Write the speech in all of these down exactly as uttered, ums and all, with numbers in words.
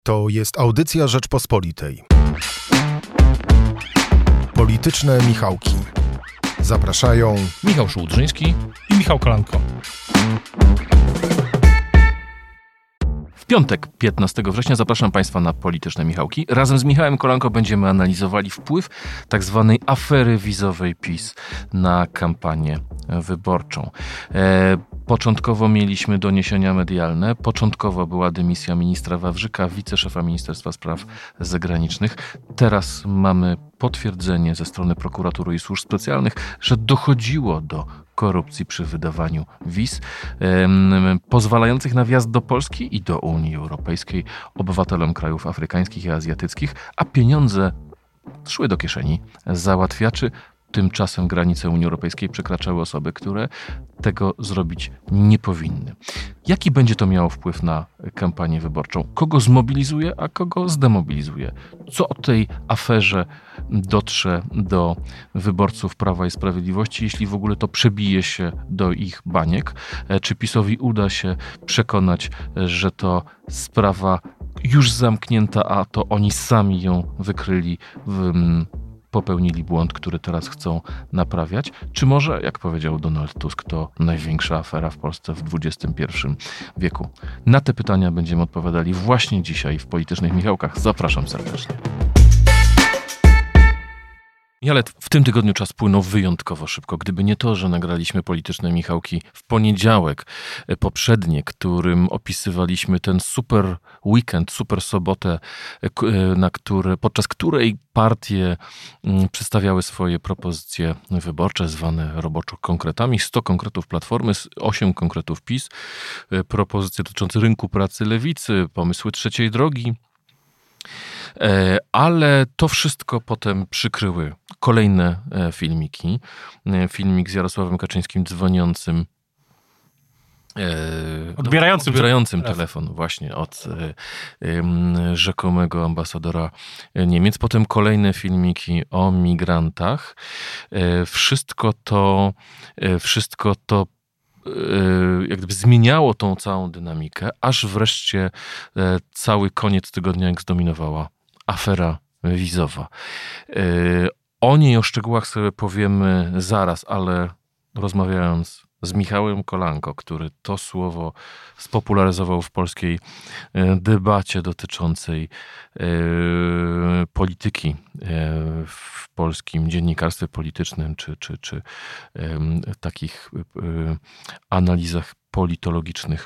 To jest audycja Rzeczpospolitej. Polityczne Michałki. Zapraszają Michał Szułdrzyński i Michał Kolanko. W piątek, piętnastego września, zapraszam Państwa na Polityczne Michałki. Razem z Michałem Kolanko będziemy analizowali wpływ tak zwanej afery wizowej PiS na kampanię wyborczą. E, początkowo mieliśmy doniesienia medialne. Początkowo była dymisja ministra Wawrzyka, wiceszefa Ministerstwa Spraw Zagranicznych. Teraz mamy potwierdzenie ze strony prokuratury i służb specjalnych, że dochodziło do korupcji przy wydawaniu wiz um, pozwalających na wjazd do Polski i do Unii Europejskiej obywatelom krajów afrykańskich i azjatyckich, a pieniądze szły do kieszeni załatwiaczy. Tymczasem granice Unii Europejskiej przekraczały osoby, które tego zrobić nie powinny. Jaki będzie to miało wpływ na kampanię wyborczą? Kogo zmobilizuje, a kogo zdemobilizuje? Co o tej aferze dotrze do wyborców Prawa i Sprawiedliwości, jeśli w ogóle to przebije się do ich baniek? Czy PiS-owi uda się przekonać, że to sprawa już zamknięta, a to oni sami ją wykryli w popełnili błąd, który teraz chcą naprawiać? Czy może, jak powiedział Donald Tusk, to największa afera w Polsce w dwudziestym pierwszym wieku? Na te pytania będziemy odpowiadali właśnie dzisiaj w Politycznych Michałkach. Zapraszam serdecznie. Ale w tym tygodniu czas płynął wyjątkowo szybko. Gdyby nie to, że nagraliśmy Polityczne Michałki w poniedziałek poprzednie, którym opisywaliśmy ten super weekend, super sobotę, na które, podczas której partie przedstawiały swoje propozycje wyborcze, zwane roboczo konkretami. sto konkretów Platformy, osiem konkretów PiS, propozycje dotyczące rynku pracy Lewicy, pomysły trzeciej drogi. Ale to wszystko potem przykryły kolejne filmiki. Filmik z Jarosławem Kaczyńskim dzwoniącym, odbierającym, no, odbierającym telefon właśnie od rzekomego ambasadora Niemiec. Potem kolejne filmiki o migrantach. Wszystko to, wszystko to jak gdyby zmieniało tą całą dynamikę, aż wreszcie cały koniec tygodnia, jak zdominowała afera wizowa. O niej, o szczegółach sobie powiemy zaraz, ale rozmawiając z Michałem Kolanko, który to słowo spopularyzował w polskiej debacie dotyczącej polityki w polskim dziennikarstwie politycznym, czy, czy, czy takich analizach politologicznych.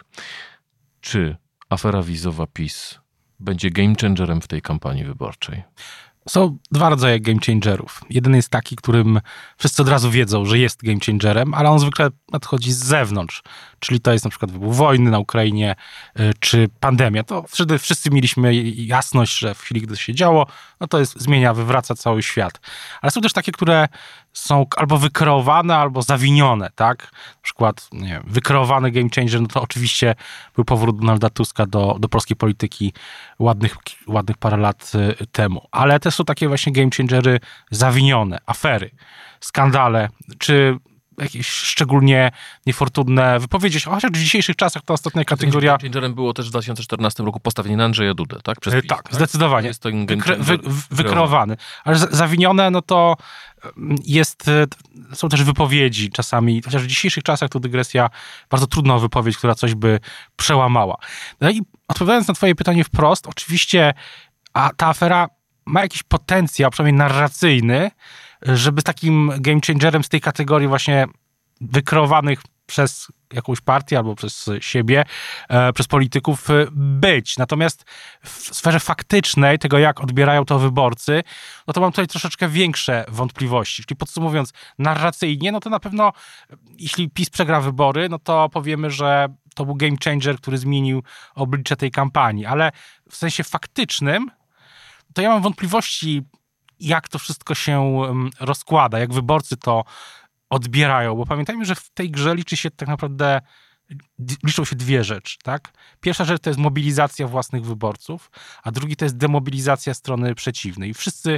Czy afera wizowa PiS będzie game changerem w tej kampanii wyborczej? Są dwa rodzaje game changerów. Jeden jest taki, którym wszyscy od razu wiedzą, że jest game changerem, ale on zwykle nadchodzi z zewnątrz. Czyli to jest na przykład wybuch wojny na Ukrainie, czy pandemia. To wtedy wszyscy mieliśmy jasność, że w chwili, gdy to się działo, no to jest, zmienia, wywraca cały świat. Ale są też takie, które są albo wykreowane, albo zawinione, tak? Na przykład, nie wiem, wykreowany game changer, no to oczywiście był powrót Donalda Tuska do, do polskiej polityki ładnych, ładnych parę lat temu. Ale też są takie właśnie game changery zawinione, afery, skandale, czy jakieś szczególnie niefortunne wypowiedzi. Chociaż w dzisiejszych czasach to ostatnia kategoria... Game changerem było też w dwa tysiące czternastym roku postawienie na Andrzeja Dudę, tak? Przez PiS, tak, tak, zdecydowanie. Jest to game Wykre, wy, wykreowany. Ale zawinione, no to jest... Są też wypowiedzi czasami, chociaż w dzisiejszych czasach to dygresja, bardzo trudna wypowiedź, która coś by przełamała. No i odpowiadając na twoje pytanie wprost, oczywiście a ta afera ma jakiś potencjał, przynajmniej narracyjny, żeby takim game changerem z tej kategorii właśnie wykreowanych przez jakąś partię albo przez siebie, e, przez polityków e, być. Natomiast w sferze faktycznej, tego jak odbierają to wyborcy, no to mam tutaj troszeczkę większe wątpliwości. Czyli podsumowując, narracyjnie, no to na pewno jeśli PiS przegra wybory, no to powiemy, że to był game changer, który zmienił oblicze tej kampanii. Ale w sensie faktycznym, to ja mam wątpliwości, jak to wszystko się rozkłada, jak wyborcy to odbierają, bo pamiętajmy, że w tej grze liczy się tak naprawdę, liczą się dwie rzeczy, tak? Pierwsza rzecz to jest mobilizacja własnych wyborców, a drugi to jest demobilizacja strony przeciwnej. I wszyscy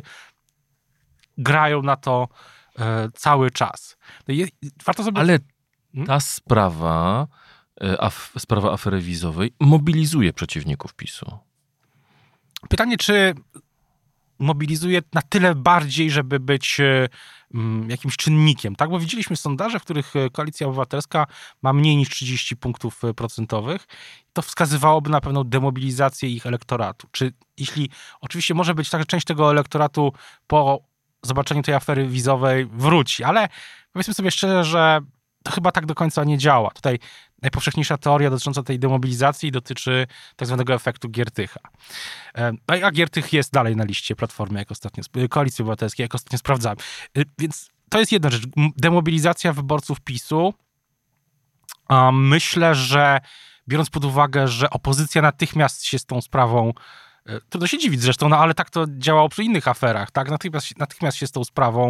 grają na to e, cały czas. No i warto sobie... Ale ta sprawa, af, sprawa afery wizowej mobilizuje przeciwników PiSu. pytanie, czy mobilizuje na tyle bardziej, żeby być um, jakimś czynnikiem, tak? Bo widzieliśmy sondaże, w których Koalicja Obywatelska ma mniej niż trzydzieści punktów procentowych. To wskazywałoby na pewną demobilizację ich elektoratu. Czy jeśli, oczywiście może być tak, że część tego elektoratu po zobaczeniu tej afery wizowej wróci, ale powiedzmy sobie szczerze, że to chyba tak do końca nie działa. Tutaj najpowszechniejsza teoria dotycząca tej demobilizacji dotyczy tak zwanego efektu Giertycha. A Giertych jest dalej na liście Platformy, jak ostatnio, Koalicji Obywatelskiej, jak ostatnio sprawdzałem. Więc to jest jedna rzecz. Demobilizacja wyborców PiSu. Myślę, że biorąc pod uwagę, że opozycja natychmiast się z tą sprawą, trudno się dziwić zresztą, no ale tak to działało przy innych aferach, tak? Natychmiast, natychmiast się z tą sprawą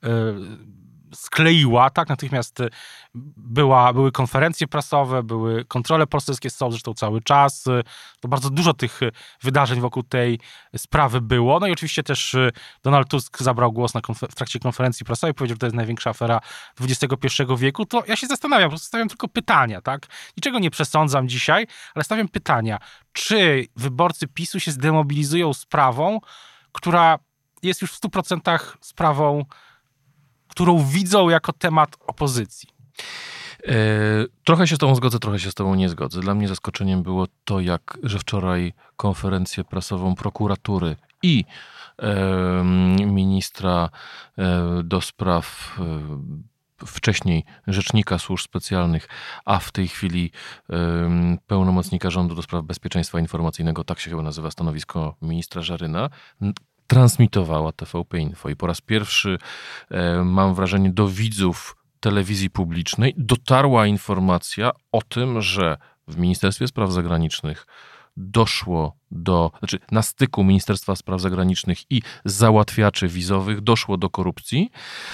skleiła, tak, natychmiast była, były konferencje prasowe, były kontrole poselskie, są zresztą cały czas, to bardzo dużo tych wydarzeń wokół tej sprawy było, no i oczywiście też Donald Tusk zabrał głos na konfer- w trakcie konferencji prasowej, powiedział, że to jest największa afera dwudziestego pierwszego wieku, to ja się zastanawiam, po prostu stawiam tylko pytania, tak, niczego nie przesądzam dzisiaj, ale stawiam pytania, czy wyborcy PiSu się zdemobilizują sprawą, która jest już w stu procentach sprawą, którą widzą jako temat opozycji. E, trochę się z tobą zgodzę, trochę się z tobą nie zgodzę. Dla mnie zaskoczeniem było to, jak, że wczoraj konferencję prasową prokuratury i e, ministra e, do spraw e, wcześniej rzecznika służb specjalnych, a w tej chwili e, pełnomocnika rządu do spraw bezpieczeństwa informacyjnego, tak się chyba nazywa stanowisko ministra Żaryna, transmitowała T V P Info i po raz pierwszy, e, mam wrażenie, do widzów telewizji publicznej dotarła informacja o tym, że w Ministerstwie Spraw Zagranicznych doszło do, znaczy na styku Ministerstwa Spraw Zagranicznych i załatwiaczy wizowych doszło do korupcji,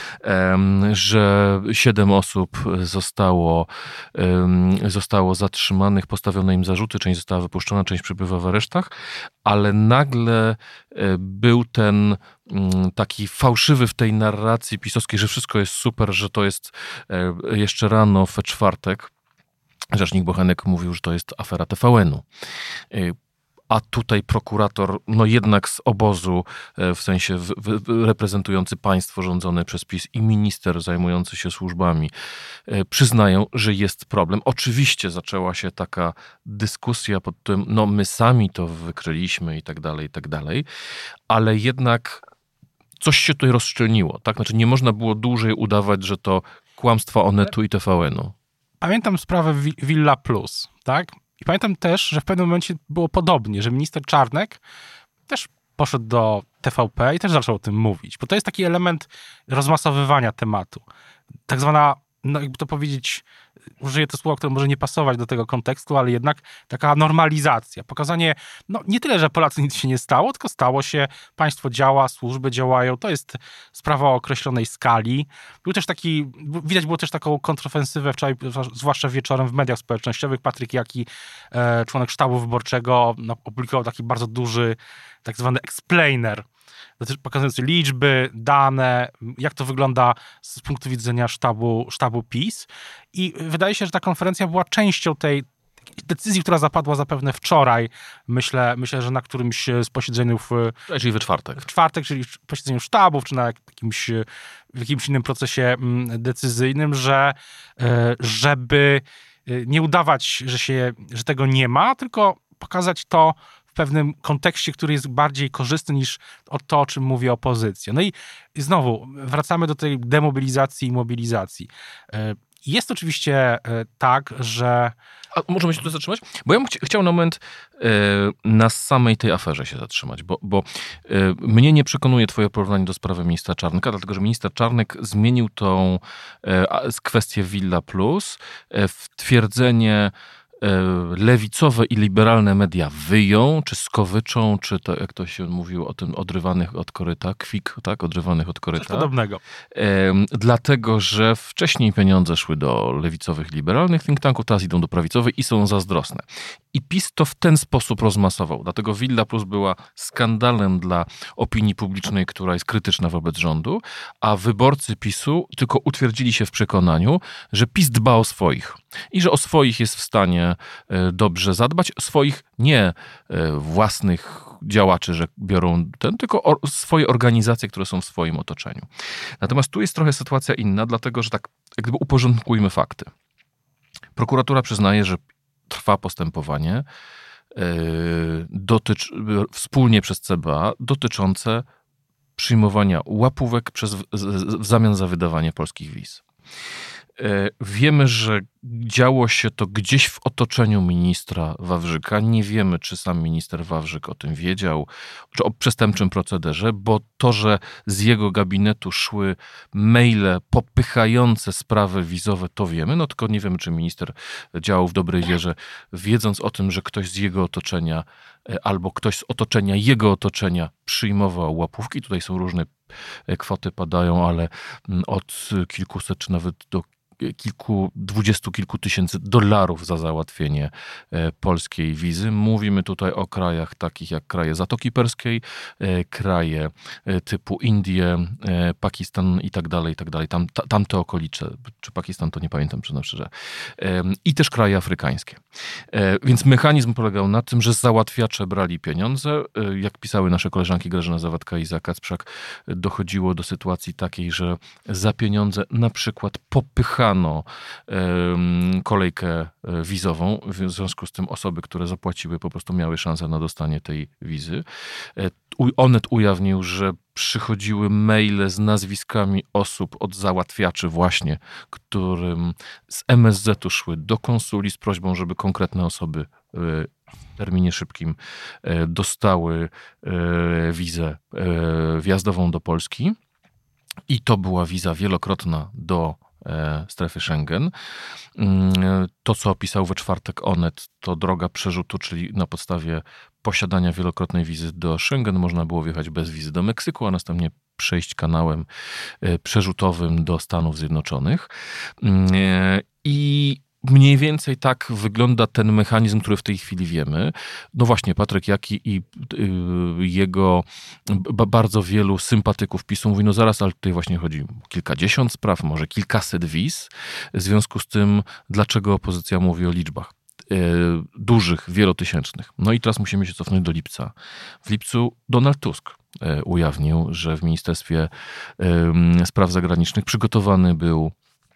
że siedem osób zostało, zostało zatrzymanych, postawiono im zarzuty, część została wypuszczona, część przebywa w aresztach, ale nagle był ten taki fałszywy w tej narracji pisowskiej, że wszystko jest super, że to jest jeszcze rano we czwartek. Rzecznik Bochenek mówił, że to jest afera T V N-u. A tutaj prokurator, no jednak z obozu, w sensie w, w, reprezentujący państwo rządzone przez PiS i minister zajmujący się służbami, przyznają, że jest problem. Oczywiście zaczęła się taka dyskusja pod tym, no my sami to wykryliśmy i tak dalej, i tak dalej, ale jednak coś się tutaj rozszczelniło, tak? Znaczy nie można było dłużej udawać, że to kłamstwa Onetu i T V N-u. Pamiętam sprawę Villa Plus, tak? I pamiętam też, że w pewnym momencie było podobnie, że minister Czarnek też poszedł do T V P i też zaczął o tym mówić, bo to jest taki element rozmasowywania tematu. Tak zwana, no jakby to powiedzieć, użyję to słowo, które może nie pasować do tego kontekstu, ale jednak taka normalizacja. Pokazanie, no nie tyle, że Polacy nic się nie stało, tylko stało się, państwo działa, służby działają, to jest sprawa o określonej skali. Był też taki, widać było też taką kontrofensywę wczoraj, zwłaszcza wieczorem w mediach społecznościowych. Patryk Jaki, członek sztabu wyborczego, no, opublikował taki bardzo duży, tak zwany explainer, pokazujący liczby, dane, jak to wygląda z punktu widzenia sztabu, sztabu PiS. I wydaje się, że ta konferencja była częścią tej decyzji, która zapadła zapewne wczoraj. Myślę, myślę, że na którymś z posiedzeniów... Czyli we czwartek. W czwartek, czyli w posiedzeniu sztabów, czy na jakimś, w jakimś innym procesie decyzyjnym, że żeby nie udawać, że, się, że tego nie ma, tylko pokazać to w pewnym kontekście, który jest bardziej korzystny niż to, o czym mówi opozycja. No i znowu wracamy do tej demobilizacji i mobilizacji. Jest oczywiście tak, że... A możemy się tu zatrzymać? Bo ja bym ch- chciał na moment e, na samej tej aferze się zatrzymać, bo, bo e, mnie nie przekonuje twoje porównanie do sprawy ministra Czarnka, dlatego że minister Czarnek zmienił tą e, kwestię Villa Plus e, w twierdzenie lewicowe i liberalne media wyją, czy skowyczą, czy to, jak to się mówiło o tym, odrywanych od koryta, kwik, tak, odrywanych od koryta. Coś podobnego. E, dlatego, że wcześniej pieniądze szły do lewicowych, liberalnych think tanków, teraz idą do prawicowych i są zazdrosne. I PiS to w ten sposób rozmasował. Dlatego Villa Plus była skandalem dla opinii publicznej, która jest krytyczna wobec rządu, a wyborcy PiSu tylko utwierdzili się w przekonaniu, że PiS dba o swoich i że o swoich jest w stanie dobrze zadbać, swoich nie własnych działaczy, że biorą ten, tylko or, swoje organizacje, które są w swoim otoczeniu. Natomiast tu jest trochę sytuacja inna, dlatego że tak jak gdyby uporządkujmy fakty. Prokuratura przyznaje, że trwa postępowanie yy, dotycz, wspólnie przez C B A dotyczące przyjmowania łapówek przez, w, w zamian za wydawanie polskich wiz. Wiemy, że działo się to gdzieś w otoczeniu ministra Wawrzyka. Nie wiemy, czy sam minister Wawrzyk o tym wiedział, czy o przestępczym procederze, bo to, że z jego gabinetu szły maile popychające sprawy wizowe, to wiemy, no tylko nie wiemy, czy minister działał w dobrej wierze, wiedząc o tym, że ktoś z jego otoczenia albo ktoś z otoczenia jego otoczenia przyjmował łapówki. Tutaj są różne kwoty padają, ale od kilkuset czy nawet do kilku, dwudziestu kilku tysięcy dolarów za załatwienie polskiej wizy. Mówimy tutaj o krajach takich jak kraje Zatoki Perskiej, kraje typu Indie, Pakistan i tak dalej, i tak dalej. Tam, tamte okolice, czy Pakistan to nie pamiętam, przyznam szczerze. I też kraje afrykańskie. Więc mechanizm polegał na tym, że załatwiacze brali pieniądze. Jak pisały nasze koleżanki Grażyna Zawadka i Iza Kacprzak, dochodziło do sytuacji takiej, że za pieniądze na przykład popychano kolejkę wizową. W związku z tym osoby, które zapłaciły, po prostu miały szansę na dostanie tej wizy. Onet ujawnił, że przychodziły maile z nazwiskami osób od załatwiaczy właśnie, którym z M S Z u szły do konsuli z prośbą, żeby konkretne osoby w terminie szybkim dostały wizę wjazdową do Polski. I to była wiza wielokrotna do strefy Schengen. To, co opisał we czwartek Onet, to droga przerzutu, czyli na podstawie posiadania wielokrotnej wizy do Schengen można było wjechać bez wizy do Meksyku, a następnie przejść kanałem przerzutowym do Stanów Zjednoczonych. I mniej więcej tak wygląda ten mechanizm, który w tej chwili wiemy. No właśnie, Patryk Jaki i jego bardzo wielu sympatyków PiSu mówi, no zaraz, ale tutaj właśnie chodzi o kilkadziesiąt spraw, może kilkaset wiz. W związku z tym, dlaczego opozycja mówi o liczbach dużych, wielotysięcznych? No i teraz musimy się cofnąć do lipca. W lipcu Donald Tusk ujawnił, że w Ministerstwie Spraw Zagranicznych przygotowany był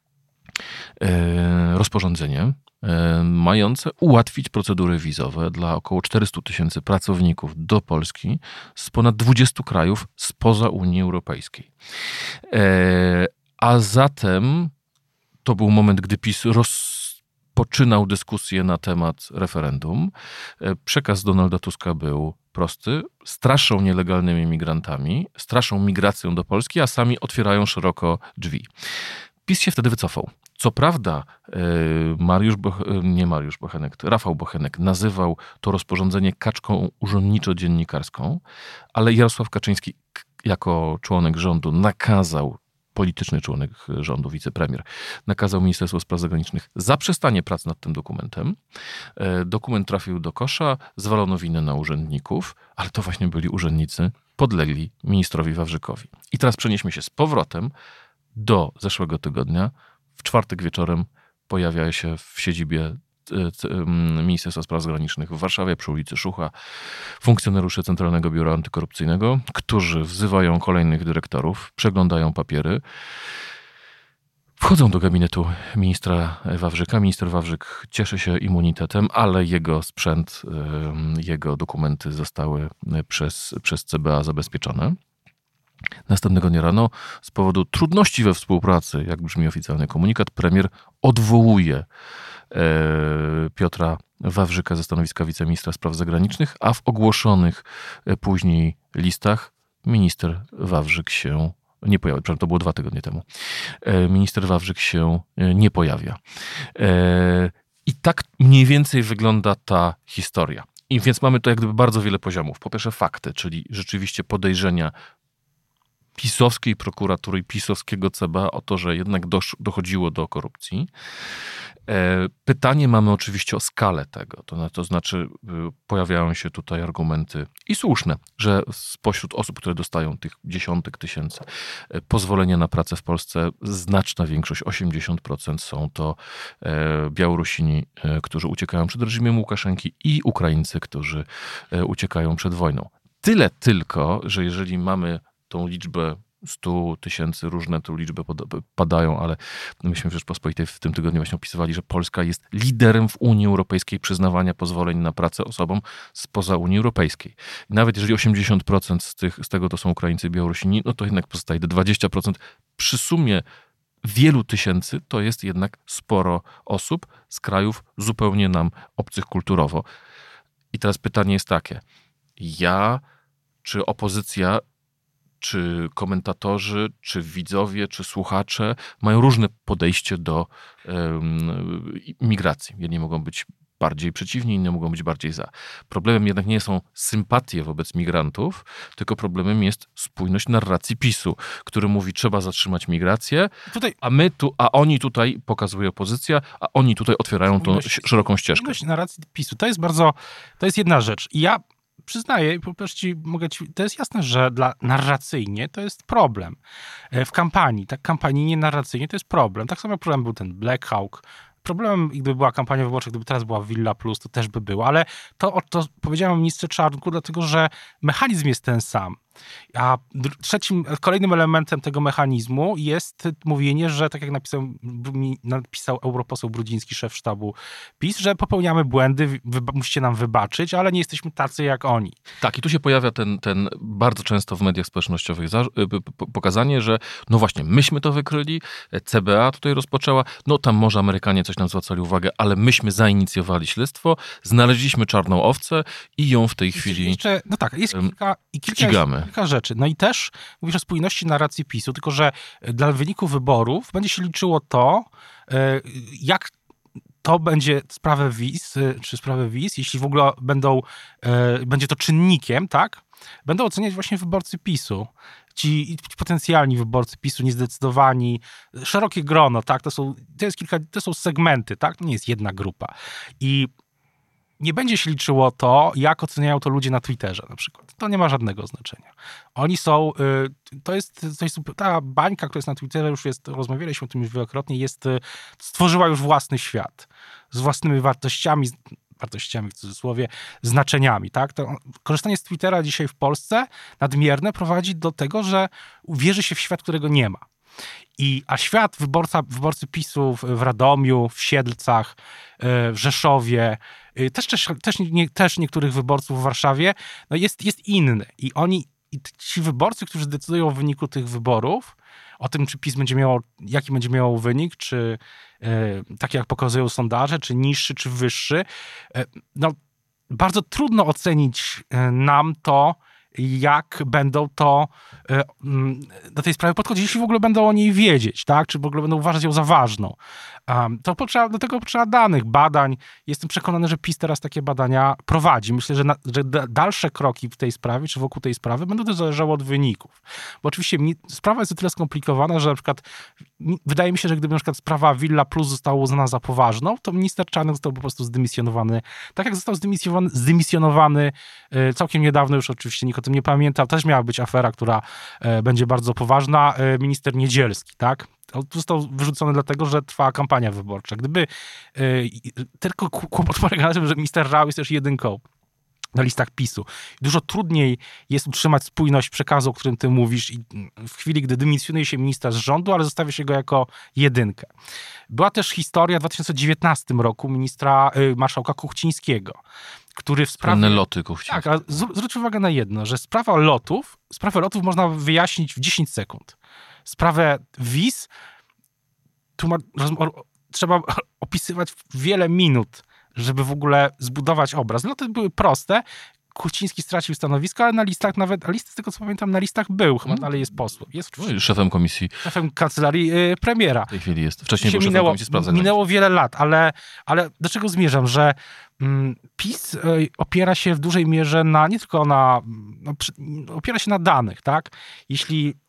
rozporządzenie mające ułatwić procedury wizowe dla około czterystu tysięcy pracowników do Polski z ponad dwudziestu krajów spoza Unii Europejskiej. A zatem to był moment, gdy PiS rozpoczynał dyskusję na temat referendum. Przekaz Donalda Tuska był prosty. Straszą nielegalnymi migrantami, straszą migracją do Polski, a sami otwierają szeroko drzwi. PiS się wtedy wycofał. Co prawda Mariusz, Boch- nie Mariusz Bochenek, Rafał Bochenek nazywał to rozporządzenie kaczką urzędniczo-dziennikarską, ale Jarosław Kaczyński jako członek rządu nakazał, polityczny członek rządu, wicepremier, nakazał Ministerstwu Spraw Zagranicznych zaprzestanie prac nad tym dokumentem. Dokument trafił do kosza, zwalono winę na urzędników, ale to właśnie byli urzędnicy podlegli ministrowi Wawrzykowi. I teraz przenieśmy się z powrotem do zeszłego tygodnia. W czwartek wieczorem pojawia się w siedzibie Ministerstwa Spraw Zagranicznych w Warszawie przy ulicy Szucha funkcjonariusze Centralnego Biura Antykorupcyjnego, którzy wzywają kolejnych dyrektorów, przeglądają papiery, wchodzą do gabinetu ministra Wawrzyka. Minister Wawrzyk cieszy się immunitetem, ale jego sprzęt, jego dokumenty zostały przez, przez C B A zabezpieczone. Następnego dnia rano z powodu trudności we współpracy, jak brzmi oficjalny komunikat, premier odwołuje e, Piotra Wawrzyka ze stanowiska wiceministra spraw zagranicznych, a w ogłoszonych później listach minister Wawrzyk się nie pojawia. Przepraszam, to było dwa tygodnie temu. E, minister Wawrzyk się nie pojawia. E, I tak mniej więcej wygląda ta historia. I więc mamy tu jak gdyby bardzo wiele poziomów. Po pierwsze fakty, czyli rzeczywiście podejrzenia pisowskiej prokuratury i pisowskiego C B A o to, że jednak dosz, dochodziło do korupcji. Pytanie mamy oczywiście o skalę tego, to, to znaczy pojawiają się tutaj argumenty i słuszne, że spośród osób, które dostają tych dziesiątek tysięcy pozwolenia na pracę w Polsce, znaczna większość, osiemdziesiąt procent są to Białorusini, którzy uciekają przed reżimem Łukaszenki i Ukraińcy, którzy uciekają przed wojną. Tyle tylko, że jeżeli mamy tą liczbę stu tysięcy, różne tu liczby padają, ale myśmy w Rzeczpospolitej w tym tygodniu właśnie opisywali, że Polska jest liderem w Unii Europejskiej przyznawania pozwoleń na pracę osobom spoza Unii Europejskiej. I nawet jeżeli osiemdziesiąt procent z, tych, z tego to są Ukraińcy i Białorusini, no to jednak pozostaje dwadzieścia procent. Przy sumie wielu tysięcy to jest jednak sporo osób z krajów zupełnie nam obcych kulturowo. I teraz pytanie jest takie. Ja, czy opozycja, czy komentatorzy, czy widzowie, czy słuchacze mają różne podejście do um, migracji. Jedni mogą być bardziej przeciwni, inni mogą być bardziej za. Problemem jednak nie są sympatie wobec migrantów, tylko problemem jest spójność narracji PiSu, który mówi, trzeba zatrzymać migrację, tutaj, a my tu, a oni tutaj, pokazuje opozycja, a oni tutaj otwierają tą szeroką ścieżkę. Spójność narracji PiSu, to jest bardzo, to jest jedna rzecz. I ja przyznaję, po prostu ci, mogę ci, to jest jasne, że dla narracyjnie to jest problem. W kampanii, tak kampanijnie, narracyjnie to jest problem. Tak samo problem był ten Black Hawk. Problemem, gdyby była kampania wyborcza, gdyby teraz była Villa Plus, to też by było, ale to, to powiedziałem ministrze Czarnku, dlatego że mechanizm jest ten sam. A trzecim, kolejnym elementem tego mechanizmu jest mówienie, że tak jak napisał, napisał europoseł Brudziński, szef sztabu PiS, że popełniamy błędy, wy, musicie nam wybaczyć, ale nie jesteśmy tacy jak oni. Tak, i tu się pojawia ten, ten bardzo często w mediach społecznościowych za, pokazanie, że no właśnie, myśmy to wykryli, C B A tutaj rozpoczęła, no tam może Amerykanie coś nam zwracali uwagę, ale myśmy zainicjowali śledztwo, znaleźliśmy czarną owcę i ją w tej chwili jeszcze, no tak, jest kilka, i kilka ścigamy. Kilka rzeczy. No i też mówisz o spójności narracji PiSu, tylko że dla wyniku wyborów będzie się liczyło to, jak to będzie sprawę wiz, czy sprawę wiz, jeśli w ogóle będą, będzie to czynnikiem, tak? Będą oceniać właśnie wyborcy PiSu. Ci potencjalni wyborcy PiSu, niezdecydowani, szerokie grono, tak? To są, to jest kilka, to są segmenty, tak? To nie jest jedna grupa. I nie będzie się liczyło to, jak oceniają to ludzie na Twitterze na przykład. To nie ma żadnego znaczenia. Oni są, to jest, to jest ta bańka, która jest na Twitterze, już jest, rozmawialiśmy o tym już wielokrotnie, jest, stworzyła już własny świat z własnymi wartościami, wartościami w cudzysłowie, znaczeniami, tak? To korzystanie z Twittera dzisiaj w Polsce nadmierne prowadzi do tego, że wierzy się w świat, którego nie ma. I, a świat wyborca, wyborcy PiSu w Radomiu, w Siedlcach, w Rzeszowie, też, też, też, nie, też niektórych wyborców w Warszawie, no jest, jest inny. I oni, i ci wyborcy, którzy decydują o wyniku tych wyborów, o tym, czy PiS będzie miało, jaki będzie miał wynik, czy e, tak jak pokazują sondaże, czy niższy, czy wyższy, e, no bardzo trudno ocenić e, nam to, jak będą to do tej sprawy podchodzić, jeśli w ogóle będą o niej wiedzieć, tak? Czy w ogóle będą uważać ją za ważną. To potrzeba, do tego potrzeba danych, badań. Jestem przekonany, że PiS teraz takie badania prowadzi. Myślę, że, na, że dalsze kroki w tej sprawie, czy wokół tej sprawy będą też zależały od wyników. Bo oczywiście sprawa jest o tyle skomplikowana, że na przykład wydaje mi się, że gdyby na przykład sprawa Villa Plus została uznana za poważną, to minister Czarnek został po prostu zdymisjonowany. Tak jak został zdymisjonowany, zdymisjonowany całkiem niedawno, już oczywiście nikt o tym nie pamięta, też miała być afera, która będzie bardzo poważna, minister Niedzielski, tak? Został wyrzucony dlatego, że trwa kampania wyborcza. Gdyby tylko kłopot polega na tym, że minister Rau jest też jedynką na listach PiSu. Dużo trudniej jest utrzymać spójność przekazu, o którym ty mówisz, i w chwili, gdy dymisjonuje się ministra z rządu, ale zostawia się go jako jedynkę. Była też historia w dwa tysiące dziewiętnastym roku ministra, marszałka Kuchcińskiego, który w sprawie... Słynne loty Kuchcińskiego. Tak, ale zwróć uwagę na jedno, że sprawa lotów, sprawę lotów można wyjaśnić w dziesięć sekund. Sprawę wiz tłumacz, trzeba opisywać wiele minut, żeby w ogóle zbudować obraz. Loty były proste. Kuchciński stracił stanowisko, ale na listach nawet, a listy z tego co pamiętam, na listach był, chyba hmm. dalej jest posłem. Jest no, szefem komisji. Szefem kancelarii yy, premiera. W tej chwili jest. Wcześniej był szefem minęło, komisji spraw zagranicznych. Minęło wiele lat, ale, ale do czego zmierzam, że mm, PiS y, opiera się w dużej mierze na, nie tylko na, no, przy, opiera się na danych, tak? Jeśli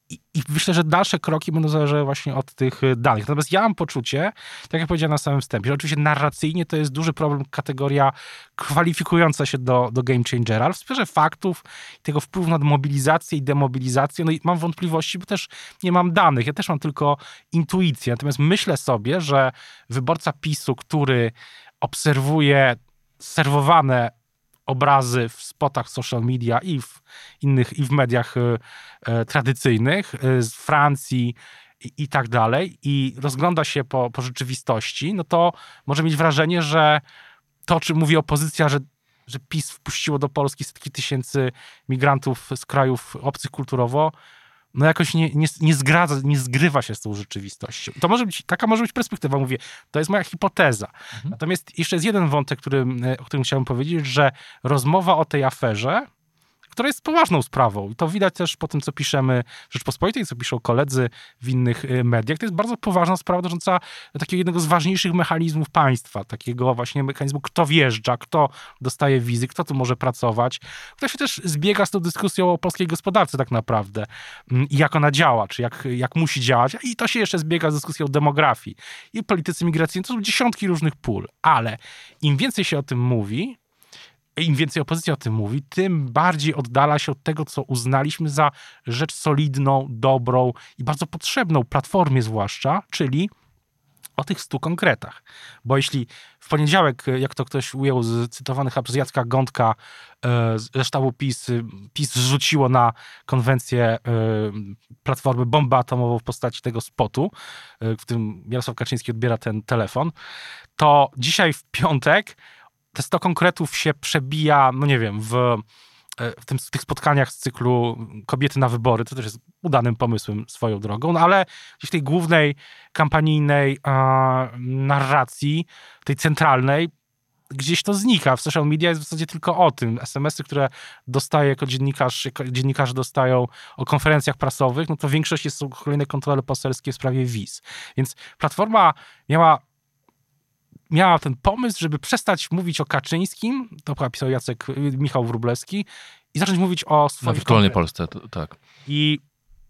I, I myślę, że dalsze kroki będą zależały właśnie od tych danych. Natomiast ja mam poczucie, tak jak powiedziałem na samym wstępie, że oczywiście narracyjnie to jest duży problem, kategoria kwalifikująca się do, do game changera, ale w sferze faktów, tego wpływu na mobilizację i demobilizację, no i mam wątpliwości, bo też nie mam danych, ja też mam tylko intuicję. Natomiast myślę sobie, że wyborca PiSu, który obserwuje serwowane obrazy w spotach social media i w innych, i w mediach e, tradycyjnych e, z Francji i, i tak dalej i rozgląda się po, po rzeczywistości, no to może mieć wrażenie, że to, o czym mówi opozycja, że, że PiS wpuściło do Polski setki tysięcy migrantów z krajów obcych kulturowo, no jakoś nie, nie, nie, zgradza, nie zgrywa się z tą rzeczywistością. To może być, taka może być perspektywa, mówię, to jest moja hipoteza. Mhm. Natomiast jeszcze jest jeden wątek, który, o którym chciałbym powiedzieć, że rozmowa o tej aferze, która jest poważną sprawą i to widać też po tym, co piszemy w Rzeczpospolitej, co piszą koledzy w innych mediach, to jest bardzo poważna sprawa dotycząca takiego jednego z ważniejszych mechanizmów państwa, takiego właśnie mechanizmu, kto wjeżdża, kto dostaje wizy, kto tu może pracować, która się też zbiega z tą dyskusją o polskiej gospodarce tak naprawdę i jak ona działa, czy jak, jak musi działać i to się jeszcze zbiega z dyskusją o demografii i polityce migracyjnej, to są dziesiątki różnych pól, ale im więcej się o tym mówi, im więcej opozycja o tym mówi, tym bardziej oddala się od tego, co uznaliśmy za rzecz solidną, dobrą i bardzo potrzebną Platformie zwłaszcza, czyli o tych stu konkretach. Bo jeśli w poniedziałek, jak to ktoś ujął z cytowanych przez Jacka Gądka ze sztabu PiS, PiS zrzuciło na konwencję Platformy bombę atomową w postaci tego spotu, w którym Jarosław Kaczyński odbiera ten telefon, to dzisiaj w piątek te sto konkretów się przebija, no nie wiem, w, w, tym, w tych spotkaniach z cyklu Kobiety na wybory, to też jest udanym pomysłem swoją drogą, no ale w tej głównej kampanijnej e, narracji, tej centralnej, gdzieś to znika. W social media jest w zasadzie tylko o tym. es em esy, które dostaję jako dziennikarz, jako dziennikarze dostają o konferencjach prasowych, no to większość jest, są kolejne kontrole poselskie w sprawie wiz. Więc Platforma miała miała ten pomysł, żeby przestać mówić o Kaczyńskim, to chyba pisał Jacek, Michał Wróblewski, i zacząć mówić o swoich... Na wirtualnej Polsce, to, tak. I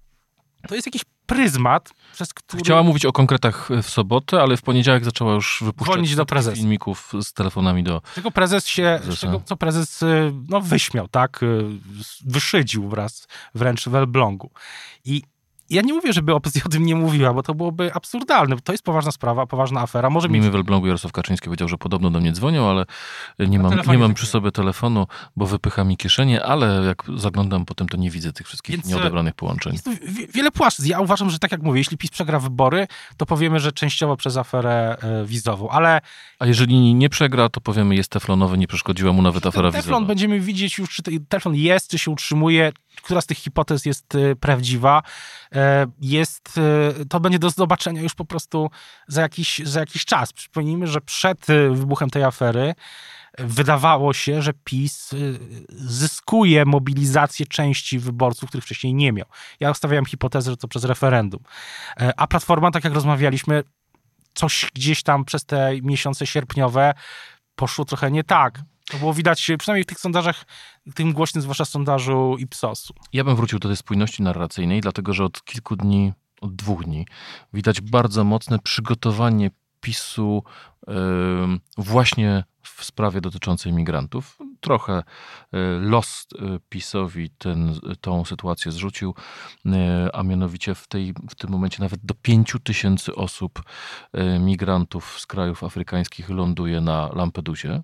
to jest jakiś pryzmat, przez który... Chciała mówić o konkretach w sobotę, ale w poniedziałek zaczęła już wypuszczać do prezesa. filmików z telefonami do... Tego prezes się, z tego, co prezes no, wyśmiał, tak? Wyszydził wraz wręcz w Elblągu. I ja nie mówię, żeby opozycja o tym nie mówiła, bo to byłoby absurdalne. To jest poważna sprawa, poważna afera. Może Mimy mieć... w Elblągu Jarosław Kaczyński powiedział, że podobno do mnie dzwonią, ale nie mam, nie mam przy sobie telefonu, bo wypycha mi kieszenie, ale jak zaglądam potem, to nie widzę tych wszystkich Więc nieodebranych połączeń. Jest w- wiele płaszczyzn. Ja uważam, że tak jak mówię, jeśli PiS przegra wybory, to powiemy, że częściowo przez aferę e, wizową, ale... A jeżeli nie przegra, to powiemy, jest teflonowy, nie przeszkodziła mu nawet afera wizowa. Teflon będziemy widzieć już, czy teflon jest, czy się utrzymuje, która z tych hipotez jest e, prawdziwa. E, jest, e, to będzie do zobaczenia już po prostu za jakiś, za jakiś czas. Przypomnijmy, że przed e, wybuchem tej afery wydawało się, że PiS zyskuje mobilizację części wyborców, których wcześniej nie miał. Ja stawiałem hipotezę, że to przez referendum. A Platforma, tak jak rozmawialiśmy, coś gdzieś tam przez te miesiące sierpniowe poszło trochę nie tak. To było widać przynajmniej w tych sondażach, tym głośnym zwłaszcza sondażu Ipsosu. Ja bym wrócił do tej spójności narracyjnej, dlatego że od kilku dni, od dwóch dni widać bardzo mocne przygotowanie PiSu yy, właśnie w sprawie dotyczącej migrantów. Trochę los PiSowi ten, tą sytuację zrzucił, a mianowicie w, tej, w tym momencie nawet do pięciu tysięcy osób, migrantów z krajów afrykańskich ląduje na Lampedusie.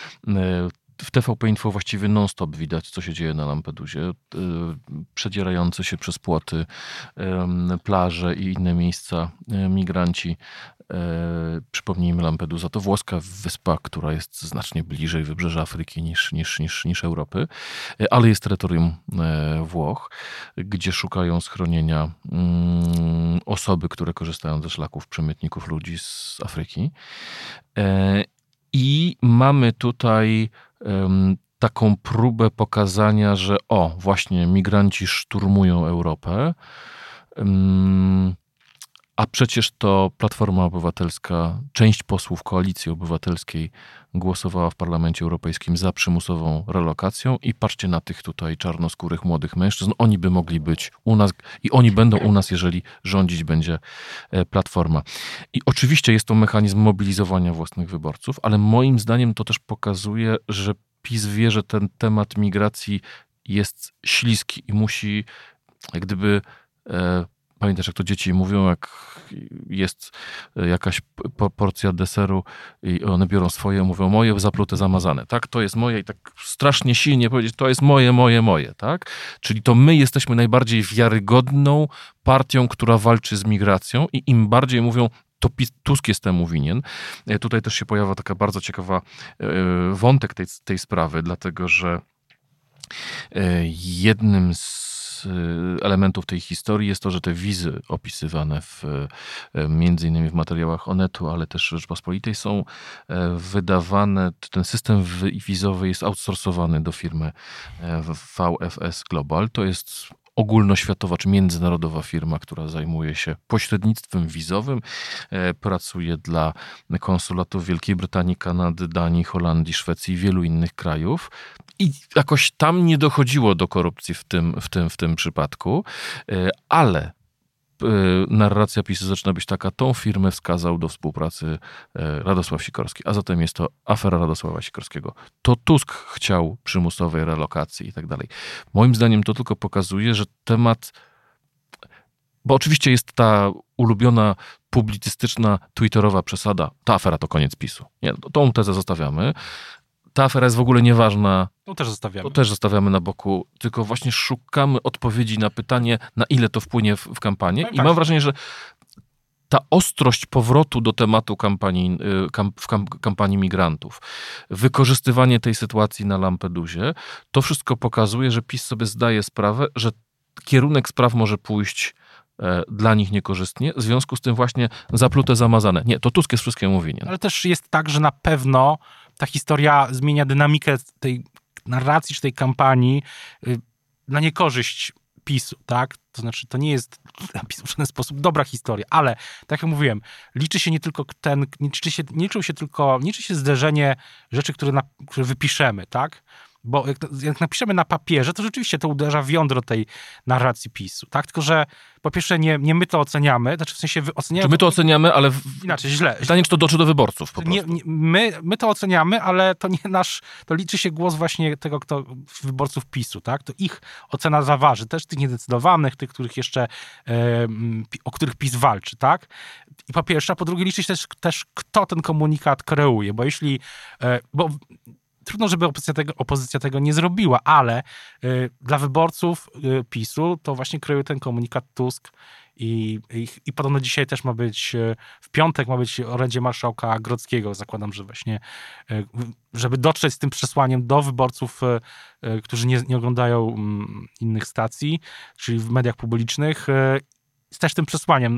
W T V P Info właściwie non-stop widać, co się dzieje na Lampedusie. Przedzierające się przez płoty, plaże i inne miejsca migranci. Przypomnijmy, Lampedusa to włoska wyspa, która jest znacznie bliżej wybrzeża Afryki niż, niż, niż, niż Europy, ale jest terytorium Włoch, gdzie szukają schronienia osoby, które korzystają ze szlaków przemytników ludzi z Afryki. I mamy tutaj taką próbę pokazania, że o, właśnie migranci szturmują Europę, A przecież to Platforma Obywatelska, część posłów Koalicji Obywatelskiej głosowała w Parlamencie Europejskim za przymusową relokacją i patrzcie na tych tutaj czarnoskórych młodych mężczyzn. Oni by mogli być u nas i oni będą u nas, jeżeli rządzić będzie Platforma. I oczywiście jest to mechanizm mobilizowania własnych wyborców, ale moim zdaniem to też pokazuje, że PiS wie, że ten temat migracji jest śliski i musi jak gdyby... E, Pamiętasz, jak to dzieci mówią, jak jest jakaś porcja deseru i one biorą swoje, mówią moje, zaplute, zamazane, tak? To jest moje i tak strasznie silnie powiedzieć, to jest moje, moje, moje, tak? Czyli to my jesteśmy najbardziej wiarygodną partią, która walczy z migracją i im bardziej mówią, to Tusk jest temu winien. Tutaj też się pojawia taka bardzo ciekawa wątek tej, tej sprawy, dlatego że jednym z elementów tej historii jest to, że te wizy opisywane w, między innymi w materiałach Onetu, ale też Rzeczpospolitej są wydawane, ten system wizowy jest outsourcowany do firmy V F S Global. To jest ogólnoświatowa czy międzynarodowa firma, która zajmuje się pośrednictwem wizowym, pracuje dla konsulatów Wielkiej Brytanii, Kanady, Danii, Holandii, Szwecji i wielu innych krajów. I jakoś tam nie dochodziło do korupcji w tym, w tym, w tym przypadku, ale narracja PiS-u zaczyna być taka, tą firmę wskazał do współpracy Radosław Sikorski, a zatem jest to afera Radosława Sikorskiego. To Tusk chciał przymusowej relokacji i tak dalej. Moim zdaniem to tylko pokazuje, że temat, bo oczywiście jest ta ulubiona publicystyczna, twitterowa przesada, ta afera to koniec PiS-u. Nie, tą tezę zostawiamy. Ta afera jest w ogóle nieważna. To też zostawiamy. To też zostawiamy na boku, tylko właśnie szukamy odpowiedzi na pytanie, na ile to wpłynie w, w kampanię. No i, I mam wrażenie, że ta ostrość powrotu do tematu kampanii, kamp, w kamp, kampanii migrantów, wykorzystywanie tej sytuacji na Lampedusie, to wszystko pokazuje, że PiS sobie zdaje sprawę, że kierunek spraw może pójść dla nich niekorzystnie, w związku z tym właśnie zaplute, zamazane. Nie, to Tusk jest wszystkiemu winien. Ale też jest tak, że na pewno ta historia zmienia dynamikę tej narracji czy tej kampanii na niekorzyść PiS-u, tak? To znaczy, to nie jest dla PiS-u w żaden sposób dobra historia, ale tak jak mówiłem, liczy się nie tylko ten, nie liczy się, nie liczy się tylko, nie liczy się zderzenie rzeczy, które, na, które wypiszemy, tak? Bo jak, jak napiszemy na papierze, to rzeczywiście to uderza w jądro tej narracji PiS-u, tak? Tylko że po pierwsze nie, nie my to oceniamy, znaczy w sensie oceniamy... Czy my to oceniamy, ale... W... Inaczej, źle. Pytanie, czy to dotrze do wyborców po nie, prostu. Nie, my, my to oceniamy, ale to nie nasz... To liczy się głos właśnie tego, kto wyborców PiS-u, tak? To ich ocena zaważy. Też tych niedecydowanych, tych, których jeszcze... E, o których PiS walczy, tak? I po pierwsze, a po drugie liczy się też, też kto ten komunikat kreuje, bo jeśli... E, bo trudno, żeby opozycja tego, opozycja tego nie zrobiła, ale y, dla wyborców y, PiS-u to właśnie kreuje ten komunikat Tusk i, i, i podobno dzisiaj też ma być, y, w piątek ma być orędzie marszałka Grodzkiego. Zakładam, że właśnie, y, żeby dotrzeć z tym przesłaniem do wyborców, y, y, którzy nie, nie oglądają y, innych stacji, czyli w mediach publicznych, y, z też tym przesłaniem.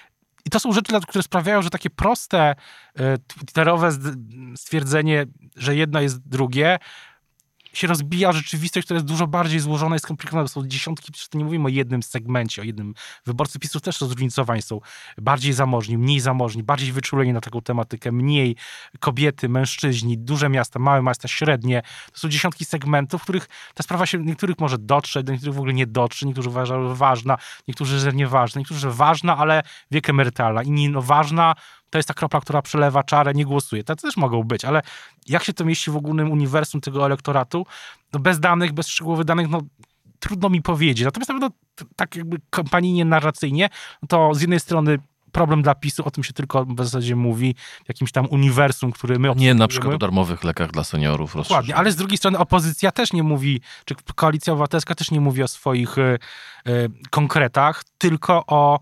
I to są rzeczy, które sprawiają, że takie proste, twitterowe stwierdzenie, że jedno jest drugie, się rozbija rzeczywistość, która jest dużo bardziej złożona i skomplikowana. To są dziesiątki, przecież to nie mówimy o jednym segmencie, o jednym. Wyborcy PiS-u też zróżnicowani są. Bardziej zamożni, mniej zamożni, bardziej wyczuleni na taką tematykę, mniej kobiety, mężczyźni, duże miasta, małe miasta, średnie. To są dziesiątki segmentów, w których ta sprawa się niektórych może dotrzeć, do niektórych w ogóle nie dotrze, niektórzy uważają, że ważna, niektórzy, że nieważna, niektórzy, że ważna, ale wiek emerytalna, inni no ważna, to jest ta kropla, która przelewa czarę, nie głosuje. Tacy też mogą być, ale jak się to mieści w ogólnym uniwersum tego elektoratu, no bez danych, bez szczegółowych danych, no trudno mi powiedzieć. Natomiast na pewno tak jakby kampanijnie, narracyjnie, no to z jednej strony problem dla PiS-u, o tym się tylko w zasadzie mówi, w jakimś tam uniwersum, który my Nie na przykład o darmowych lekach dla seniorów. Dokładnie, ale z drugiej strony opozycja też nie mówi, czy Koalicja Obywatelska też nie mówi o swoich y, y, konkretach, tylko o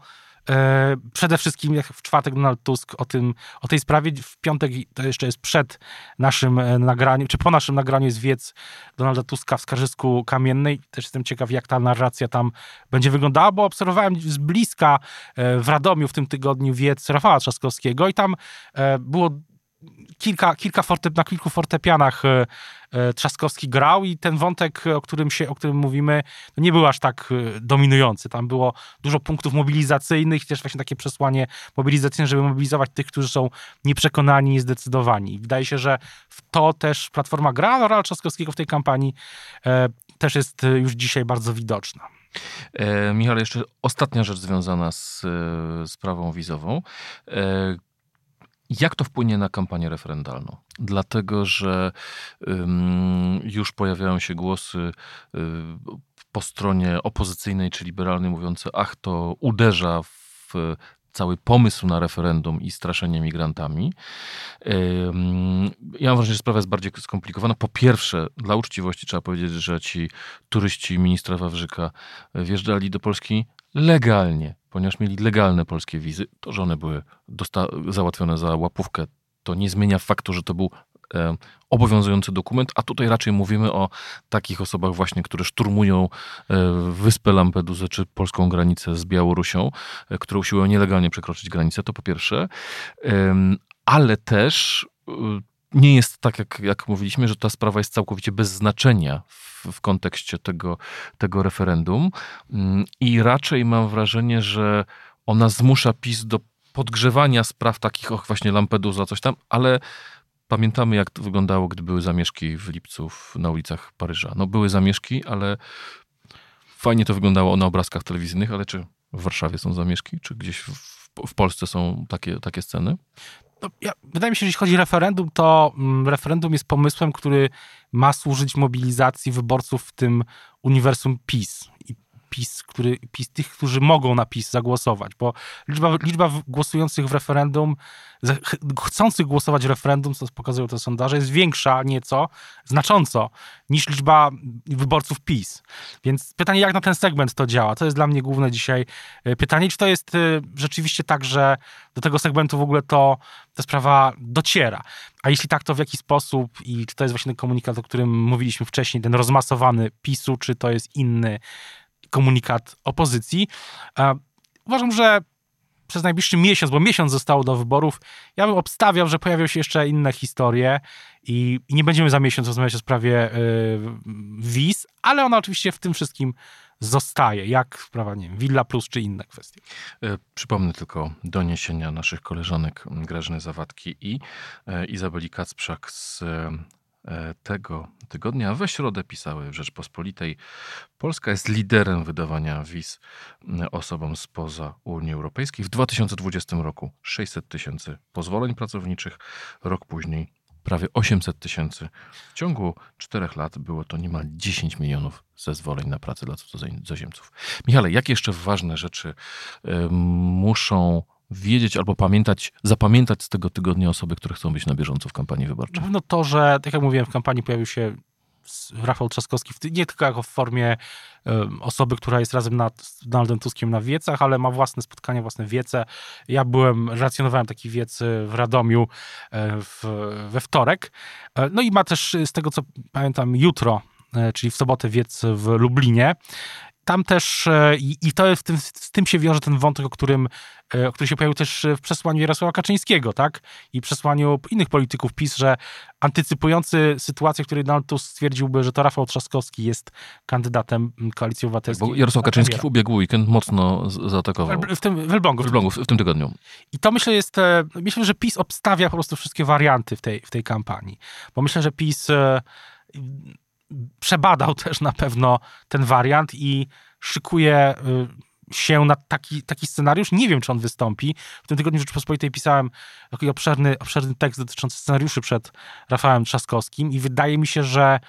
przede wszystkim, jak w czwartek Donald Tusk o tym, o tej sprawie, w piątek to jeszcze jest przed naszym nagraniem, czy po naszym nagraniu jest wiec Donalda Tuska w Skarżysku Kamiennej. Też jestem ciekaw, jak ta narracja tam będzie wyglądała, bo obserwowałem z bliska w Radomiu w tym tygodniu wiec Rafała Trzaskowskiego i tam było kilka, kilka forte, na kilku fortepianach Trzaskowski grał i ten wątek, o którym, się, o którym mówimy, nie był aż tak dominujący. Tam było dużo punktów mobilizacyjnych i też właśnie takie przesłanie mobilizacyjne, żeby mobilizować tych, którzy są nieprzekonani, niezdecydowani. I wydaje się, że w to też Platforma gra, no, rola Trzaskowskiego w tej kampanii e, też jest już dzisiaj bardzo widoczna. E, Michał, jeszcze ostatnia rzecz związana z e, sprawą wizową. E, Jak to wpłynie na kampanię referendalną? Dlatego, że ym, już pojawiają się głosy y, po stronie opozycyjnej czy liberalnej mówiące, ach, to uderza w cały pomysł na referendum i straszenie migrantami. Ym, ja mam wrażenie, że sprawa jest bardziej skomplikowana. Po pierwsze, dla uczciwości trzeba powiedzieć, że ci turyści ministra Wawrzyka wjeżdżali do Polski legalnie, ponieważ mieli legalne polskie wizy. To, że one były dosta- załatwione za łapówkę, to nie zmienia faktu, że to był e, obowiązujący dokument, a tutaj raczej mówimy o takich osobach właśnie, które szturmują e, wyspę Lampedusę czy polską granicę z Białorusią, e, które usiłują nielegalnie przekroczyć granicę, to po pierwsze. E, ale też e, nie jest tak, jak, jak mówiliśmy, że ta sprawa jest całkowicie bez znaczenia w, w kontekście tego, tego referendum i raczej mam wrażenie, że ona zmusza PiS do podgrzewania spraw takich, och właśnie Lampedusa, coś tam, ale pamiętamy, jak to wyglądało, gdy były zamieszki w lipcu na ulicach Paryża. No były zamieszki, ale fajnie to wyglądało na obrazkach telewizyjnych, ale czy w Warszawie są zamieszki, czy gdzieś w, w Polsce są takie, takie sceny? No, ja, wydaje mi się, że jeśli chodzi o referendum, to mm, referendum jest pomysłem, który ma służyć mobilizacji wyborców w tym uniwersum PiS. I PiS, który, PiS tych, którzy mogą na PiS zagłosować, bo liczba, liczba głosujących w referendum, chcących głosować w referendum, co pokazują te sondaże, jest większa nieco, znacząco, niż liczba wyborców PiS. Więc pytanie, jak na ten segment to działa? To jest dla mnie główne dzisiaj pytanie. Czy to jest rzeczywiście tak, że do tego segmentu w ogóle to ta sprawa dociera? A jeśli tak, to w jaki sposób i czy to jest właśnie ten komunikat, o którym mówiliśmy wcześniej, ten rozmasowany PiSu, czy to jest inny komunikat opozycji. Uważam, że przez najbliższy miesiąc, bo miesiąc zostało do wyborów, ja bym obstawiał, że pojawią się jeszcze inne historie i, i nie będziemy za miesiąc rozmawiać o sprawie yy, wiz, ale ona oczywiście w tym wszystkim zostaje, jak sprawa, nie wiem, Villa Plus czy inne kwestie. Przypomnę tylko doniesienia naszych koleżanek Grażyny Zawadki i Izabeli Kacprzak z tego tygodnia. We środę pisały w Rzeczpospolitej: Polska jest liderem wydawania wiz osobom spoza Unii Europejskiej. W dwa tysiące dwudziestym roku sześćset tysięcy pozwoleń pracowniczych, rok później prawie osiemset tysięcy. W ciągu czterech lat było to niemal dziesięć milionów zezwoleń na pracę dla cudzoziemców. Michale, jakie jeszcze ważne rzeczy y, muszą wiedzieć albo pamiętać, zapamiętać z tego tygodnia osoby, które chcą być na bieżąco w kampanii wyborczej? Na pewno to, że, tak jak mówiłem, w kampanii pojawił się Rafał Trzaskowski, nie tylko jako w formie um, osoby, która jest razem na, z Donaldem Tuskiem na wiecach, ale ma własne spotkania, własne wiece. Ja byłem, relacjonowałem taki wiec w Radomiu w, we wtorek. No i ma też, z tego co pamiętam, jutro, czyli w sobotę, wiec w Lublinie. Tam też, i, i to w tym, z tym się wiąże ten wątek, o którym, o który się pojawił też w przesłaniu Jarosława Kaczyńskiego, tak? I przesłaniu innych polityków PiS, że antycypujący sytuację, w której Donald Tusk stwierdziłby, że to Rafał Trzaskowski jest kandydatem Koalicji Obywatelskiej. Bo Jarosław Kaczyński w ubiegły weekend mocno zaatakował. W tym, w Elblągu. W Elblągu, w tym tygodniu. I to myślę jest, myślę, że PiS obstawia po prostu wszystkie warianty w tej, w tej kampanii. Bo myślę, że PiS przebadał też na pewno ten wariant i szykuje się na taki, taki scenariusz. Nie wiem, czy on wystąpi. W tym tygodniu w Rzeczypospolitej pisałem taki obszerny, obszerny tekst dotyczący scenariuszy przed Rafałem Trzaskowskim i wydaje mi się, że,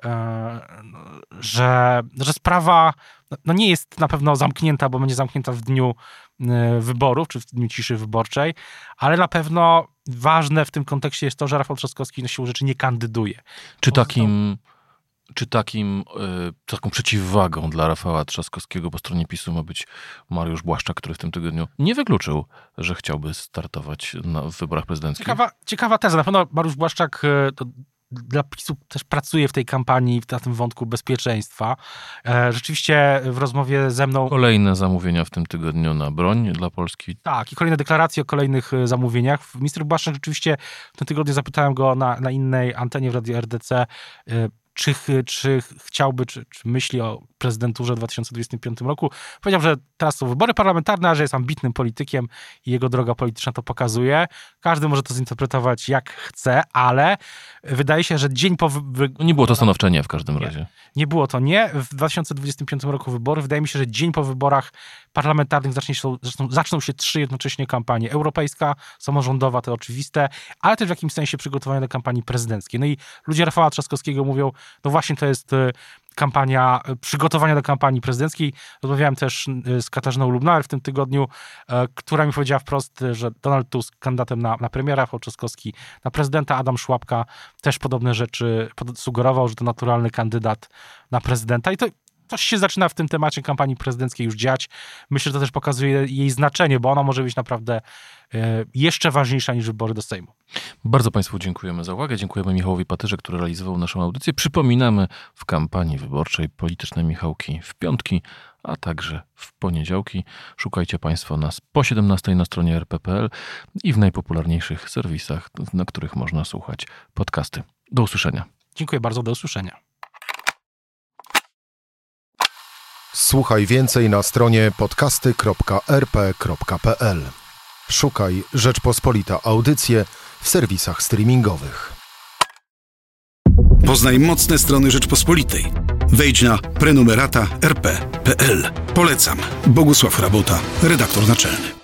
że, że sprawa no nie jest na pewno zamknięta, bo będzie zamknięta w dniu wyborów, czy w dniu ciszy wyborczej, ale na pewno ważne w tym kontekście jest to, że Rafał Trzaskowski na siłą rzeczy nie kandyduje. Czy takim... Czy takim, y, taką przeciwwagą dla Rafała Trzaskowskiego po stronie PiSu ma być Mariusz Błaszczak, który w tym tygodniu nie wykluczył, że chciałby startować na, w wyborach prezydenckich? Ciekawa, ciekawa teza. Na pewno Mariusz Błaszczak to dla PiSu też pracuje w tej kampanii, na tym wątku bezpieczeństwa. Rzeczywiście w rozmowie ze mną... Kolejne zamówienia w tym tygodniu na broń dla Polski. Tak, i kolejne deklaracje o kolejnych zamówieniach. Minister Błaszczak rzeczywiście w tym tygodniu zapytałem go na, na innej antenie w Radiu R D C, czy, czy chciałby, czy, czy myśli o prezydenturze w dwa tysiące dwudziestym piątym roku. Powiedział, że teraz są wybory parlamentarne, a że jest ambitnym politykiem i jego droga polityczna to pokazuje. Każdy może to zinterpretować jak chce, ale wydaje się, że dzień po... Wy... Nie było to stanowczenie w każdym nie, razie. Nie było to nie. W dwa tysiące dwudziestym piątym roku wybory. Wydaje mi się, że dzień po wyborach parlamentarnych zacznie się, zaczną, zaczną się trzy jednocześnie kampanie. Europejska, samorządowa, to oczywiste, ale też w jakimś sensie przygotowania do kampanii prezydenckiej. No i ludzie Rafała Trzaskowskiego mówią, no właśnie to jest kampania, przygotowania do kampanii prezydenckiej. Rozmawiałem też z Katarzyną Lubnauer w tym tygodniu, która mi powiedziała wprost, że Donald Tusk kandydatem na, na premiera, Rafał Trzaskowski na prezydenta, Adam Szłapka też podobne rzeczy sugerował, że to naturalny kandydat na prezydenta i to coś się zaczyna w tym temacie kampanii prezydenckiej już dziać. Myślę, że to też pokazuje jej znaczenie, bo ona może być naprawdę jeszcze ważniejsza niż wybory do Sejmu. Bardzo Państwu dziękujemy za uwagę. Dziękujemy Michałowi Patyrze, który realizował naszą audycję. Przypominamy, w kampanii wyborczej Polityczne Michałki w piątki, a także w poniedziałki. Szukajcie Państwo nas po siedemnastej na stronie r p kropka p l i w najpopularniejszych serwisach, na których można słuchać podcasty. Do usłyszenia. Dziękuję bardzo, do usłyszenia. Słuchaj więcej na stronie podcasty kropka r p kropka p l. Szukaj Rzeczpospolita Audycje w serwisach streamingowych. Poznaj mocne strony Rzeczpospolitej. Wejdź na prenumerata r p kropka p l. Polecam. Bogusław Rabota, redaktor naczelny.